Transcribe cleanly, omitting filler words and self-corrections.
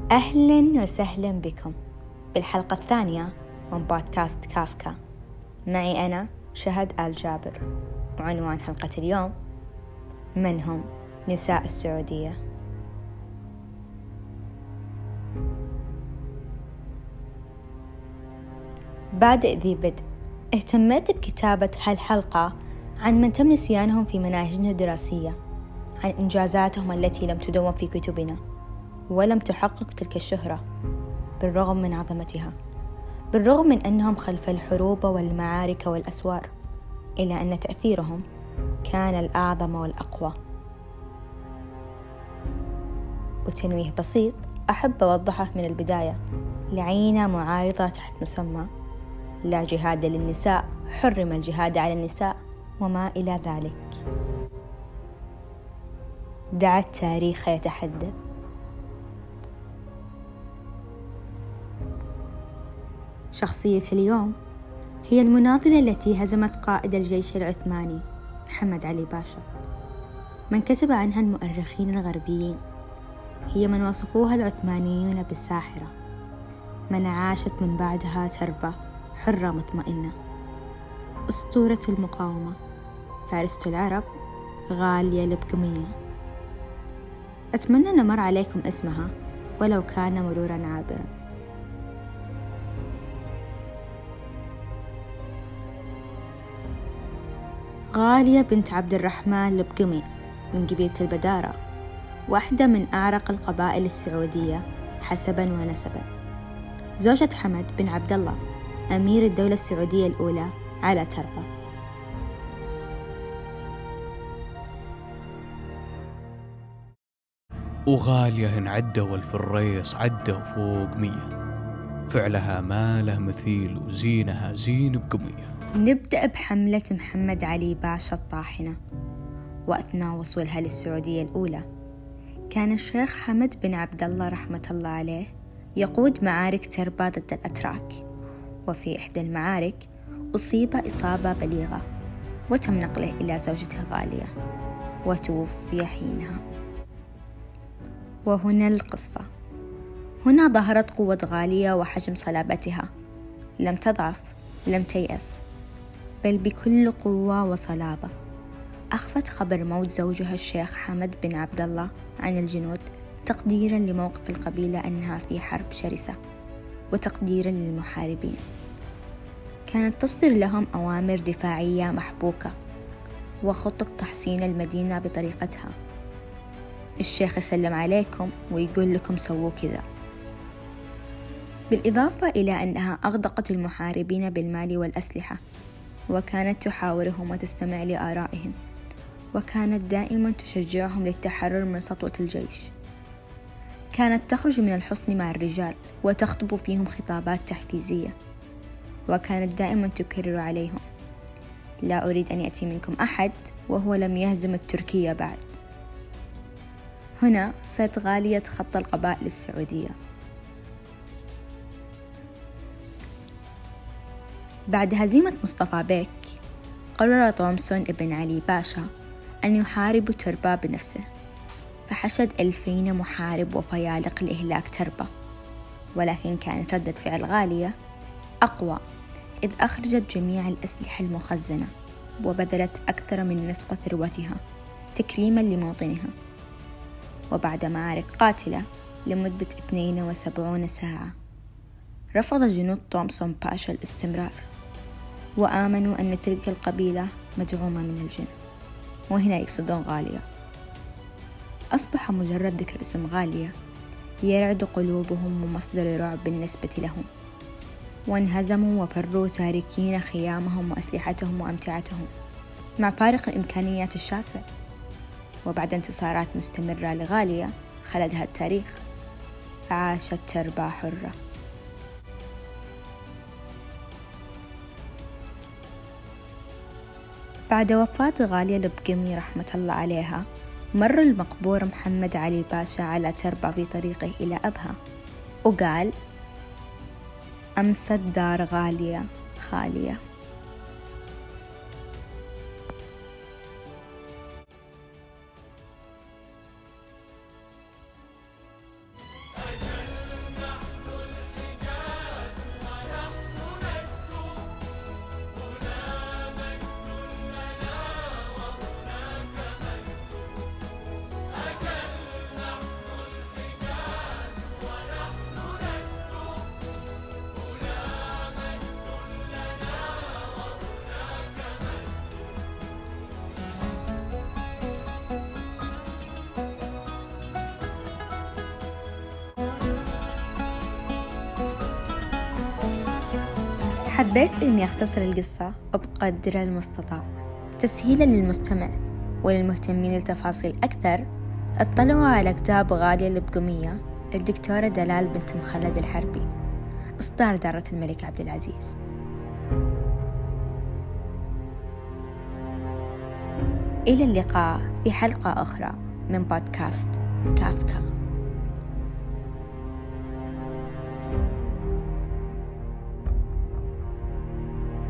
أهلا وسهلا بكم بالحلقة الثانية من بودكاست كافكا. معي أنا شهد آل جابر، وعنوان حلقة اليوم: من هم نساء السعودية؟ بادئ ذي بدء، اهتميت بكتابة هالحلقة عن من تم نسيانهم في مناهجنا الدراسية، عن إنجازاتهم التي لم تدون في كتبنا ولم تحقق تلك الشهرة بالرغم من عظمتها، بالرغم من أنهم خلف الحروب والمعارك والأسوار، إلا أن تأثيرهم كان الأعظم والأقوى. وتنويه بسيط أحب أوضحه من البداية لعينة معارضة تحت مسمى لا جهاد للنساء، حرم الجهاد على النساء وما إلى ذلك. دع التاريخ يتحدث. شخصية اليوم هي المناضلة التي هزمت قائد الجيش العثماني محمد علي باشا، من كتب عنها المؤرخين الغربيين. هي من وصفوها العثمانيون بالساحرة، من عاشت من بعدها تربة حرة مطمئنة، أسطورة المقاومة، فارسة العرب، غالية البقمية. أتمنى أن مر عليكم اسمها ولو كان مرورا عابرا. غالية بنت عبد الرحمن البقمي من قبيلة البدارة، واحدة من أعرق القبائل السعودية حسبا ونسبا، زوجة حمد بن عبد الله أمير الدولة السعودية الأولى على تربة. وغالية عدة والفريص عدة فوق 100، فعلها ما له مثيل وزينها زين بقمية. نبدأ بحملة محمد علي باشا الطاحنة. وأثناء وصولها للسعودية الأولى كان الشيخ حمد بن عبد الله رحمة الله عليه يقود معارك تربة ضد الأتراك، وفي إحدى المعارك أصيب إصابة بليغة وتم نقله إلى زوجته غالية وتوفي حينها. وهنا القصة. هنا ظهرت قوة غالية وحجم صلابتها، لم تضعف، لم تيأس، بل بكل قوة وصلابة أخفت خبر موت زوجها الشيخ حمد بن عبد الله عن الجنود، تقديرا لموقف القبيلة أنها في حرب شرسة، وتقديرا للمحاربين. كانت تصدر لهم أوامر دفاعية محبوكة وخطط تحصين المدينة بطريقتها. الشيخ يسلم عليكم ويقول لكم سووا كذا، بالإضافة إلى أنها أغدقت المحاربين بالمال والأسلحة، وكانت تحاورهم وتستمع لآرائهم، وكانت دائما تشجعهم للتحرر من سطوة الجيش. كانت تخرج من الحصن مع الرجال وتخطب فيهم خطابات تحفيزية، وكانت دائما تكرر عليهم: لا أريد أن يأتي منكم أحد وهو لم يهزم التركية بعد. هنا صارت غالية خط القبائل السعودية. بعد هزيمة مصطفى بيك قرر تومسون ابن علي باشا أن يحارب تربة بنفسه، فحشد 2000 محارب وفيالق لإهلاك تربة، ولكن كانت ردة فعل غالية أقوى، إذ أخرجت جميع الأسلحة المخزنة وبذلت أكثر من نصف ثروتها تكريما لموطنها. وبعد معارك قاتلة لمدة 72 ساعة رفض جنود تومسون باشا الاستمرار، وآمنوا أن تلك القبيلة مدعومة من الجن، وهنا يقصدون غالية. أصبح مجرد ذكر اسم غالية يرعد قلوبهم ومصدر رعب بالنسبة لهم، وانهزموا وفروا تاركين خيامهم وأسلحتهم وأمتعتهم مع فارق الإمكانيات الشاسع. وبعد انتصارات مستمرة لغالية خلدها التاريخ، عاشت تربة حرة. بعد وفاة غالية البقمي رحمة الله عليها، مر المقبور محمد علي باشا على تربة في طريقه إلى أبها، وقال: أمست دار غالية خالية. حبيت إني أختصر القصة بقدر المستطاع تسهيلا للمستمع وللمهتمين لتفاصيل أكثر. اطلعوا على كتاب غالية البقمية الدكتورة دلال بنت مخلد الحربي، إصدار دارة الملك عبد العزيز. إلى اللقاء في حلقة أخرى من بودكاست كافكا.